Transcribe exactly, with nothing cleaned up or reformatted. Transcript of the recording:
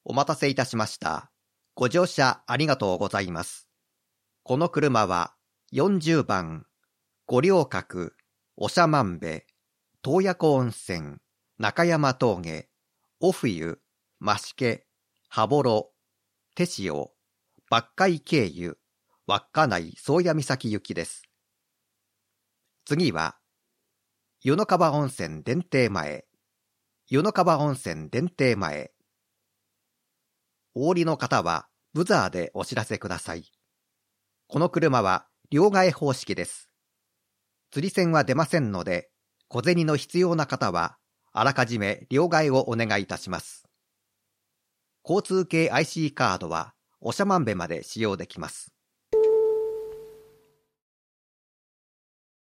お待たせいたしました。ご乗車ありがとうございます。この車はよんじゅうばん、五稜郭、長万部、洞爺湖温泉、中山峠、お冬、増毛、羽幌、手塩、抜海経由、稚内宗谷岬行きです。次は、湯の川温泉伝定前、湯の川温泉伝定前。お降りの方は、ブザーでお知らせください。この車は両替方式です。釣り銭は出ませんので、小銭の必要な方は、あらかじめ両替をお願いいたします。交通系 アイシー カードは、長万部まで使用できます。